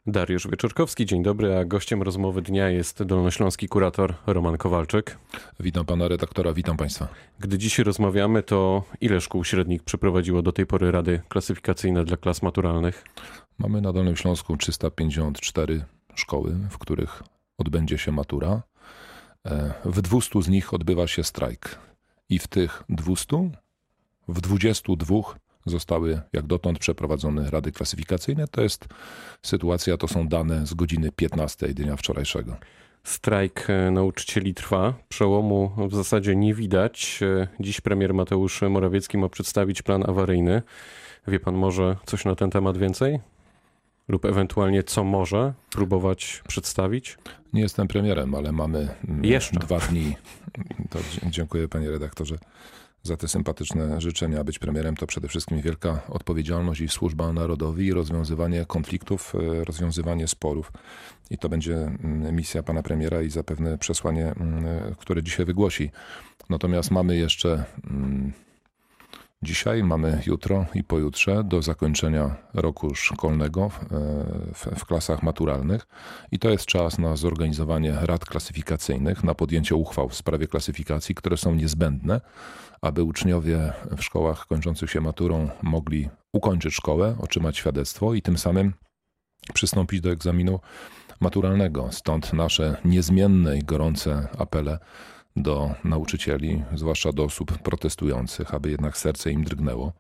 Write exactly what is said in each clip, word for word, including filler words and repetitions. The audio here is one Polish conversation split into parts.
Dariusz Wieczorkowski, dzień dobry, a gościem rozmowy dnia jest dolnośląski kurator Roman Kowalczyk. Witam pana redaktora, witam państwa. Gdy dzisiaj rozmawiamy, to ile szkół średnich przeprowadziło do tej pory rady klasyfikacyjne dla klas maturalnych? Mamy na Dolnym Śląsku trzysta pięćdziesiąt cztery szkoły, w których odbędzie się matura. W dwustu z nich odbywa się strajk i w tych dwustu, w dwudziestu dwóch zostały jak dotąd przeprowadzone rady klasyfikacyjne. To jest sytuacja, to są dane z godziny piętnastej dnia wczorajszego. Strajk nauczycieli trwa. Przełomu w zasadzie nie widać. Dziś premier Mateusz Morawiecki ma przedstawić plan awaryjny. Wie pan może coś na ten temat więcej? Lub ewentualnie co może próbować przedstawić? Nie jestem premierem, ale mamy Jeszcze. dwa dni. To dziękuję panie redaktorze za te sympatyczne życzenia. Być premierem to przede wszystkim wielka odpowiedzialność i służba narodowi, i rozwiązywanie konfliktów, rozwiązywanie sporów. I to będzie misja pana premiera i zapewne przesłanie, które dzisiaj wygłosi. Natomiast mamy jeszcze dzisiaj, mamy jutro i pojutrze do zakończenia roku szkolnego w, w, w klasach maturalnych i to jest czas na zorganizowanie rad klasyfikacyjnych, na podjęcie uchwał w sprawie klasyfikacji, które są niezbędne, aby uczniowie w szkołach kończących się maturą mogli ukończyć szkołę, otrzymać świadectwo i tym samym przystąpić do egzaminu maturalnego. Stąd nasze niezmienne i gorące apele do nauczycieli, zwłaszcza do osób protestujących, aby jednak serce im drgnęło,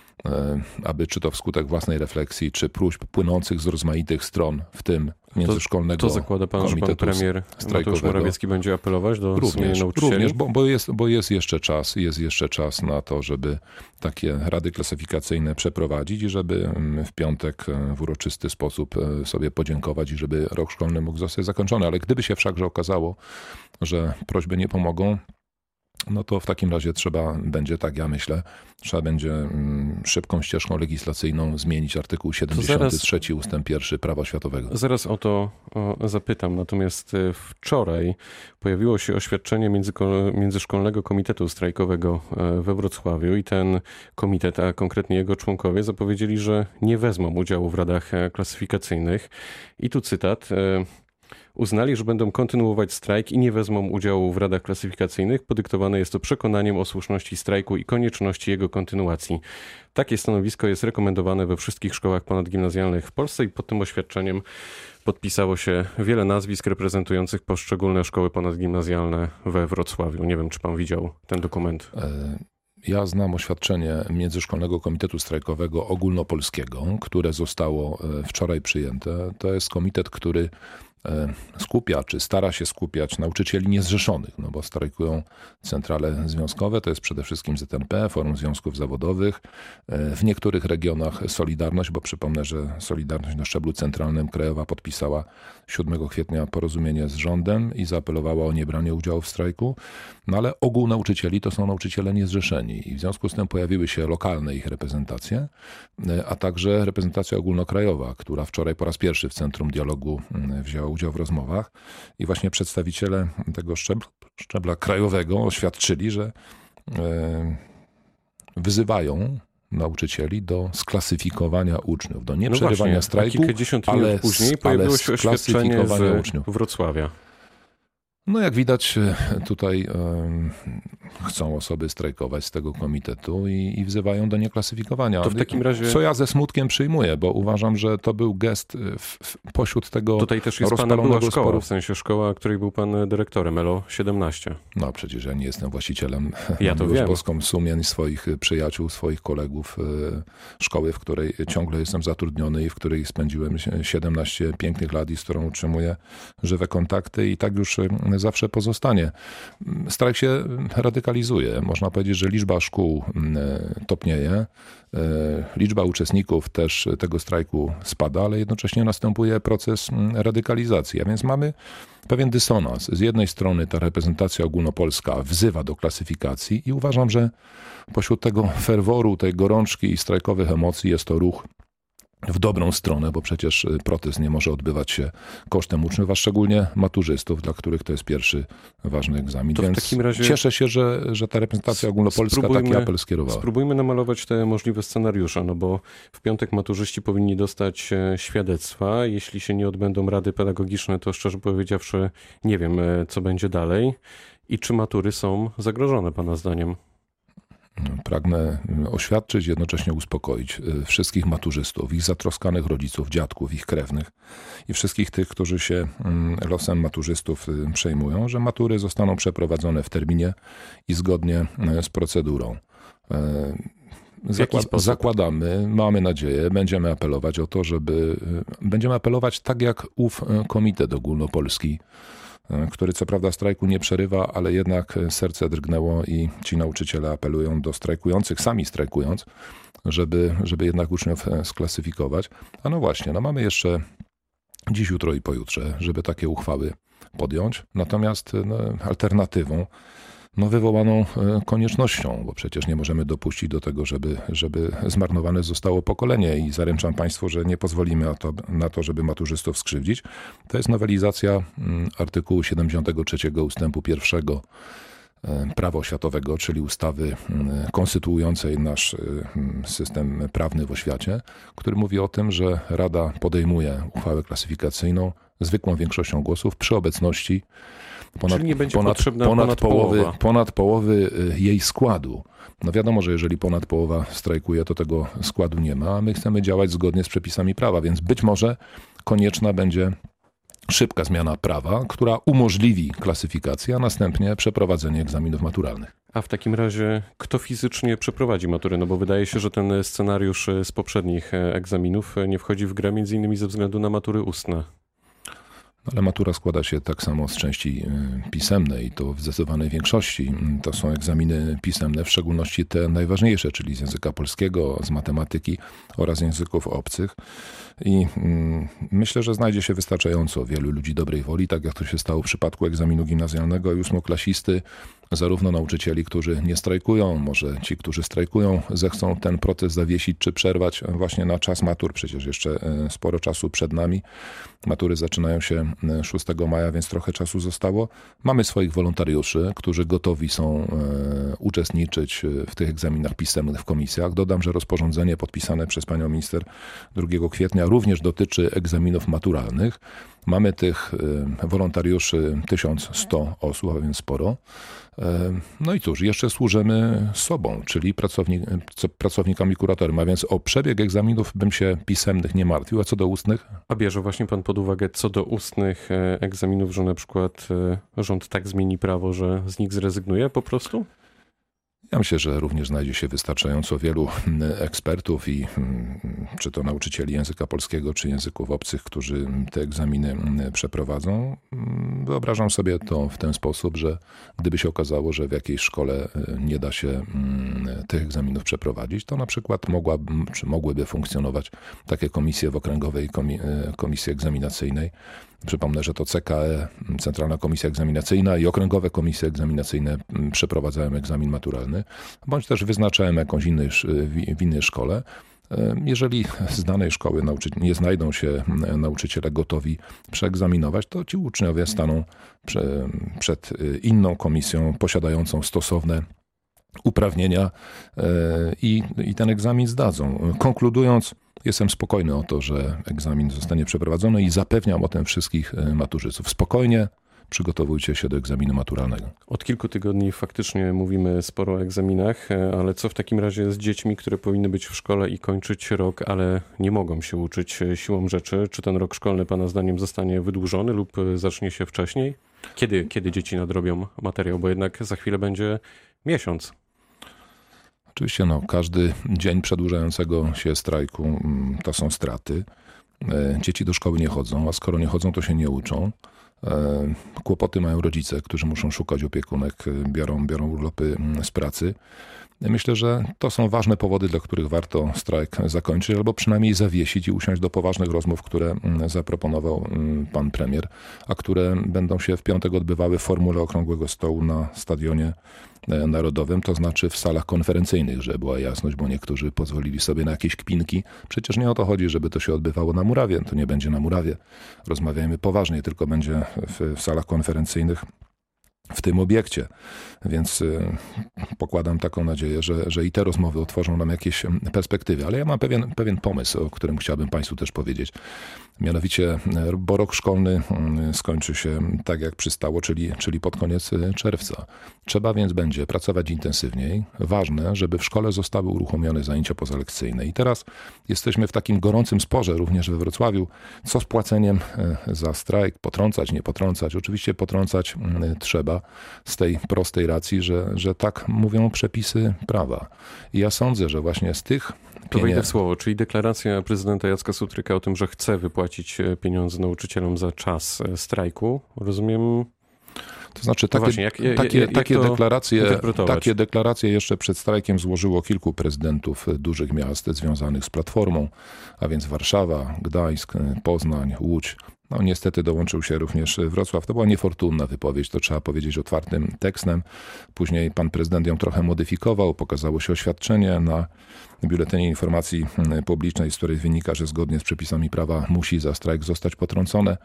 aby czy to wskutek własnej refleksji, czy próśb płynących z rozmaitych stron, w tym międzyszkolnego To, to zakłada pan, że pan premier Mateusz Morawiecki będzie apelować do również, nauczycieli? Również, bo, bo, jest, bo jest jeszcze czas, jest jeszcze czas na to, żeby takie rady klasyfikacyjne przeprowadzić i żeby w piątek w uroczysty sposób sobie podziękować i żeby rok szkolny mógł zostać zakończony. Ale gdyby się wszakże okazało, że prośby nie pomogą, no to w takim razie trzeba będzie, tak ja myślę, trzeba będzie mm, szybką ścieżką legislacyjną zmienić artykuł siedemdziesiąty trzeci zaraz, ustęp pierwszy Prawa Oświatowego. Zaraz o to o, zapytam. Natomiast wczoraj pojawiło się oświadczenie międzyko, Międzyszkolnego Komitetu Strajkowego we Wrocławiu i ten komitet, a konkretnie jego członkowie, zapowiedzieli, że nie wezmą udziału w radach klasyfikacyjnych. I tu cytat. Uznali, że będą kontynuować strajk i nie wezmą udziału w radach klasyfikacyjnych. Podyktowane jest to przekonaniem o słuszności strajku i konieczności jego kontynuacji. Takie stanowisko jest rekomendowane we wszystkich szkołach ponadgimnazjalnych w Polsce i pod tym oświadczeniem podpisało się wiele nazwisk reprezentujących poszczególne szkoły ponadgimnazjalne we Wrocławiu. Nie wiem, czy pan widział ten dokument. Ja znam oświadczenie Międzyszkolnego Komitetu Strajkowego Ogólnopolskiego, które zostało wczoraj przyjęte. To jest komitet, który skupia, czy stara się skupiać nauczycieli niezrzeszonych, no bo strajkują centrale związkowe, to jest przede wszystkim Z N P, Forum Związków Zawodowych, w niektórych regionach Solidarność, bo przypomnę, że Solidarność na szczeblu centralnym Krajowa podpisała siódmego kwietnia porozumienie z rządem i zaapelowała o niebranie udziału w strajku, no ale ogół nauczycieli to są nauczyciele niezrzeszeni i w związku z tym pojawiły się lokalne ich reprezentacje, a także reprezentacja ogólnokrajowa, która wczoraj po raz pierwszy w Centrum Dialogu wzięła udział w rozmowach i właśnie przedstawiciele tego szczebla, szczebla krajowego oświadczyli, że wyzywają nauczycieli do sklasyfikowania uczniów, do nie przerywania no właśnie, strajku, kilkadziesiąt minut ale później pojawiło się oświadczenie z uczniów. Wrocławia. No jak widać tutaj um, chcą osoby strajkować z tego komitetu i, i wzywają do nieklasyfikowania. To w takim razie... Co ja ze smutkiem przyjmuję, bo uważam, że to był gest w, w, pośród tego Tutaj też jest pana była szkoła, sporu. w sensie szkoła, której był pan dyrektorem, Elo siedemnaście. No przecież ja nie jestem właścicielem. Ja to Mam już wiem. boską sumień swoich przyjaciół, swoich kolegów szkoły, w której ciągle jestem zatrudniony i w której spędziłem siedemnaście pięknych lat i z którą utrzymuję żywe kontakty i tak już zawsze pozostanie. Strajk się radykalizuje. Można powiedzieć, że liczba szkół topnieje, liczba uczestników też tego strajku spada, ale jednocześnie następuje proces radykalizacji. A więc mamy pewien dysonans. Z jednej strony ta reprezentacja ogólnopolska wzywa do klasyfikacji i uważam, że pośród tego ferworu, tej gorączki i strajkowych emocji jest to ruch w dobrą stronę, bo przecież protest nie może odbywać się kosztem uczniów, a szczególnie maturzystów, dla których to jest pierwszy ważny egzamin. To Więc w takim razie cieszę się, że, że ta reprezentacja ogólnopolska taki apel skierowała. Spróbujmy namalować te możliwe scenariusze, no bo w piątek maturzyści powinni dostać świadectwa. Jeśli się nie odbędą rady pedagogiczne, to szczerze powiedziawszy nie wiem, co będzie dalej i czy matury są zagrożone pana zdaniem. Pragnę oświadczyć, jednocześnie uspokoić wszystkich maturzystów, ich zatroskanych rodziców, dziadków, ich krewnych i wszystkich tych, którzy się losem maturzystów przejmują, że matury zostaną przeprowadzone w terminie i zgodnie z procedurą. Zakład, zakładamy, mamy nadzieję, będziemy apelować o to, żeby będziemy apelować tak jak ów komitet ogólnopolski, który co prawda strajku nie przerywa, ale jednak serce drgnęło i ci nauczyciele apelują do strajkujących, sami strajkując, żeby, żeby jednak uczniów sklasyfikować. A no właśnie, no mamy jeszcze dziś, jutro i pojutrze, żeby takie uchwały podjąć. Natomiast no, alternatywą no, wywołaną koniecznością, bo przecież nie możemy dopuścić do tego, żeby, żeby zmarnowane zostało pokolenie i zaręczam Państwu, że nie pozwolimy na to, na to, żeby maturzystów skrzywdzić. To jest nowelizacja artykułu siedemdziesiątego trzeciego ustępu pierwszego Prawa oświatowego, czyli ustawy konstytuującej nasz system prawny w oświacie, który mówi o tym, że Rada podejmuje uchwałę klasyfikacyjną zwykłą większością głosów przy obecności Ponad, Czyli nie będzie ponad, potrzebna ponad, ponad połowy, połowa. ponad połowy jej składu. No wiadomo, że jeżeli ponad połowa strajkuje, to tego składu nie ma, a my chcemy działać zgodnie z przepisami prawa, więc być może konieczna będzie szybka zmiana prawa, która umożliwi klasyfikację, a następnie przeprowadzenie egzaminów maturalnych. A w takim razie kto fizycznie przeprowadzi matury? No bo wydaje się, że ten scenariusz z poprzednich egzaminów nie wchodzi w grę między innymi ze względu na matury ustne. Ale matura składa się tak samo z części pisemnej, to w zdecydowanej większości to są egzaminy pisemne, w szczególności te najważniejsze, czyli z języka polskiego, z matematyki oraz języków obcych. I myślę, że znajdzie się wystarczająco wielu ludzi dobrej woli, tak jak to się stało w przypadku egzaminu gimnazjalnego i ósmoklasisty, zarówno nauczycieli, którzy nie strajkują, może ci, którzy strajkują, zechcą ten protest zawiesić czy przerwać właśnie na czas matur, przecież jeszcze sporo czasu przed nami. Matury zaczynają się szóstego maja, więc trochę czasu zostało. Mamy swoich wolontariuszy, którzy gotowi są uczestniczyć w tych egzaminach pisemnych w komisjach. Dodam, że rozporządzenie podpisane przez panią minister drugiego kwietnia również dotyczy egzaminów maturalnych. Mamy tych wolontariuszy tysiąc sto osób, a więc sporo. No i cóż, jeszcze służymy sobą, czyli pracownik, pracownikami kuratorium, a więc o przebieg egzaminów bym się pisemnych nie martwił, a co do ustnych? A bierze właśnie pan pod uwagę co do ustnych egzaminów, że na przykład rząd tak zmieni prawo, że z nich zrezygnuje po prostu? Ja myślę, że również znajdzie się wystarczająco wielu ekspertów i czy to nauczycieli języka polskiego, czy języków obcych, którzy te egzaminy przeprowadzą. Wyobrażam sobie to w ten sposób, że gdyby się okazało, że w jakiejś szkole nie da się tych egzaminów przeprowadzić, to na przykład mogła, czy mogłyby funkcjonować takie komisje w okręgowej komisji egzaminacyjnej. Przypomnę, że to C K E, Centralna Komisja Egzaminacyjna i okręgowe komisje egzaminacyjne przeprowadzają egzamin maturalny, bądź też wyznaczają jakąś innej, w innej szkole. Jeżeli z danej szkoły nie znajdą się nauczyciele gotowi przeegzaminować, to ci uczniowie staną przed inną komisją posiadającą stosowne uprawnienia i, i ten egzamin zdadzą. Konkludując, jestem spokojny o to, że egzamin zostanie przeprowadzony i zapewniam o tym wszystkich maturzystów. Spokojnie przygotowujcie się do egzaminu maturalnego. Od kilku tygodni faktycznie mówimy sporo o egzaminach, ale co w takim razie z dziećmi, które powinny być w szkole i kończyć rok, ale nie mogą się uczyć siłą rzeczy? Czy ten rok szkolny pana zdaniem zostanie wydłużony lub zacznie się wcześniej? Kiedy, kiedy dzieci nadrobią materiał? Bo jednak za chwilę będzie miesiąc. Oczywiście no, każdy dzień przedłużającego się strajku to są straty. Dzieci do szkoły nie chodzą, a skoro nie chodzą, to się nie uczą. Kłopoty mają rodzice, którzy muszą szukać opiekunek, biorą, biorą urlopy z pracy. Myślę, że to są ważne powody, dla których warto strajk zakończyć albo przynajmniej zawiesić i usiąść do poważnych rozmów, które zaproponował pan premier, a które będą się w piątek odbywały w formule okrągłego stołu na Stadionie Narodowym, to znaczy w salach konferencyjnych, żeby była jasność, bo niektórzy pozwolili sobie na jakieś kpinki. Przecież nie o to chodzi, żeby to się odbywało na murawie. To nie będzie na murawie. Rozmawiajmy poważnie, tylko będzie w, w salach konferencyjnych w tym obiekcie. Więc pokładam taką nadzieję, że, że i te rozmowy otworzą nam jakieś perspektywy. Ale ja mam pewien, pewien pomysł, o którym chciałbym Państwu też powiedzieć. Mianowicie, bo rok szkolny skończy się tak, jak przystało, czyli, czyli pod koniec czerwca. Trzeba więc będzie pracować intensywniej. Ważne, żeby w szkole zostały uruchomione zajęcia pozalekcyjne. I teraz jesteśmy w takim gorącym sporze, również we Wrocławiu, co z płaceniem za strajk, potrącać, nie potrącać. Oczywiście potrącać trzeba z tej prostej racji, że, że tak mówią przepisy prawa. I ja sądzę, że właśnie z tych To wejdę w słowo, czyli deklaracja prezydenta Jacka Sutryka o tym, że chce wypłacić pieniądze nauczycielom za czas strajku, rozumiem. To znaczy takie, no właśnie, jak, takie, jak, takie, jak deklaracje, takie deklaracje jeszcze przed strajkiem złożyło kilku prezydentów dużych miast związanych z Platformą, a więc Warszawa, Gdańsk, Poznań, Łódź. No niestety dołączył się również Wrocław. To była niefortunna wypowiedź, to trzeba powiedzieć otwartym tekstem. Później pan prezydent ją trochę modyfikował, pokazało się oświadczenie na Biuletynie Informacji Publicznej, z której wynika, że zgodnie z przepisami prawa musi za strajk zostać potrącone.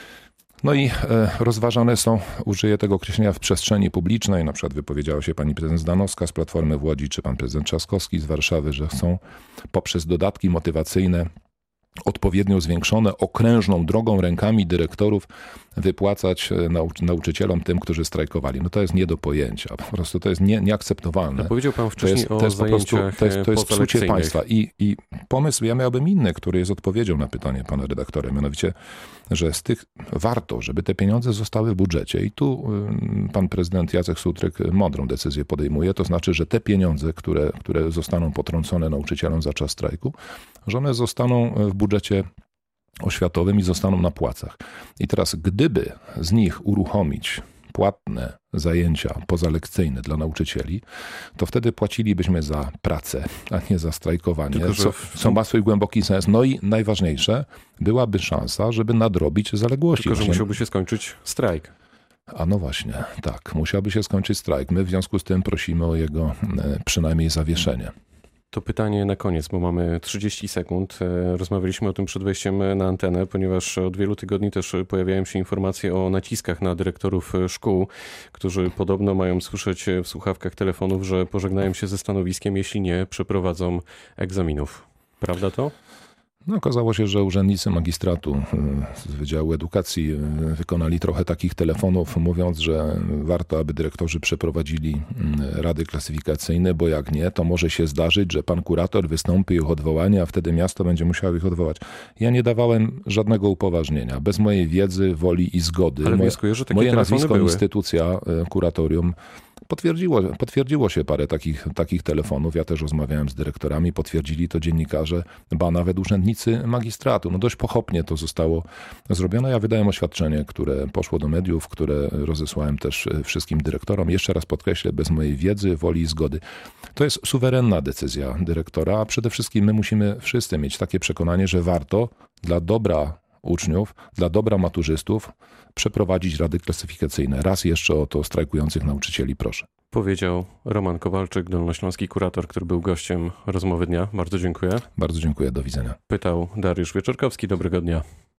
No i rozważane są, użyję tego określenia, w przestrzeni publicznej, na przykład wypowiedziała się pani prezydent Zdanowska z Platformy w Łodzi, czy pan prezydent Trzaskowski z Warszawy, że chcą poprzez dodatki motywacyjne odpowiednio zwiększone, okrężną drogą rękami dyrektorów wypłacać nau- nauczycielom, tym, którzy strajkowali. No to jest nie do pojęcia. Po prostu to jest nie, nieakceptowalne. No powiedział pan wcześniej to jest, to jest o po prostu, zajęciach to jest, to jest psucie pozalekcyjnych. państwa. I, I pomysł, ja miałbym inny, który jest odpowiedzią na pytanie pana redaktora, mianowicie, że z tych warto, żeby te pieniądze zostały w budżecie. I tu y, pan prezydent Jacek Sutryk mądrą decyzję podejmuje, to znaczy, że te pieniądze, które, które zostaną potrącone nauczycielom za czas strajku, że one zostaną w budżecie oświatowym i zostaną na płacach. I teraz, gdyby z nich uruchomić płatne zajęcia pozalekcyjne dla nauczycieli, to wtedy płacilibyśmy za pracę, a nie za strajkowanie, Tylko, że co, w... co ma swój głęboki sens. No i najważniejsze, byłaby szansa, żeby nadrobić zaległości. Tylko, że Właśnie... musiałby się skończyć strajk. A no właśnie, tak, musiałby się skończyć strajk. My w związku z tym prosimy o jego e, przynajmniej zawieszenie. To pytanie na koniec, bo mamy trzydzieści sekund. Rozmawialiśmy o tym przed wejściem na antenę, ponieważ od wielu tygodni też pojawiają się informacje o naciskach na dyrektorów szkół, którzy podobno mają słyszeć w słuchawkach telefonów, że pożegnają się ze stanowiskiem, jeśli nie przeprowadzą egzaminów. Prawda to? No, okazało się, że urzędnicy magistratu z Wydziału Edukacji wykonali trochę takich telefonów, mówiąc, że warto, aby dyrektorzy przeprowadzili rady klasyfikacyjne, bo jak nie, to może się zdarzyć, że pan kurator wystąpi ich odwołanie, a wtedy miasto będzie musiało ich odwołać. Ja nie dawałem żadnego upoważnienia. Bez mojej wiedzy, woli i zgody. Ale moje wnioskuję, że takie moje telefony nazwisko, były. instytucja, kuratorium Potwierdziło, potwierdziło się parę takich, takich telefonów. Ja też rozmawiałem z dyrektorami, potwierdzili to dziennikarze, ba nawet urzędnicy magistratu. No dość pochopnie to zostało zrobione. Ja wydałem oświadczenie, które poszło do mediów, które rozesłałem też wszystkim dyrektorom. Jeszcze raz podkreślę, bez mojej wiedzy, woli i zgody. To jest suwerenna decyzja dyrektora, a przede wszystkim my musimy wszyscy mieć takie przekonanie, że warto dla dobra uczniów, dla dobra maturzystów przeprowadzić rady klasyfikacyjne. Raz jeszcze o to strajkujących nauczycieli proszę. Powiedział Roman Kowalczyk, dolnośląski kurator, który był gościem rozmowy dnia. Bardzo dziękuję. Bardzo dziękuję, do widzenia. Pytał Dariusz Wieczorkowski. Dobrego dnia.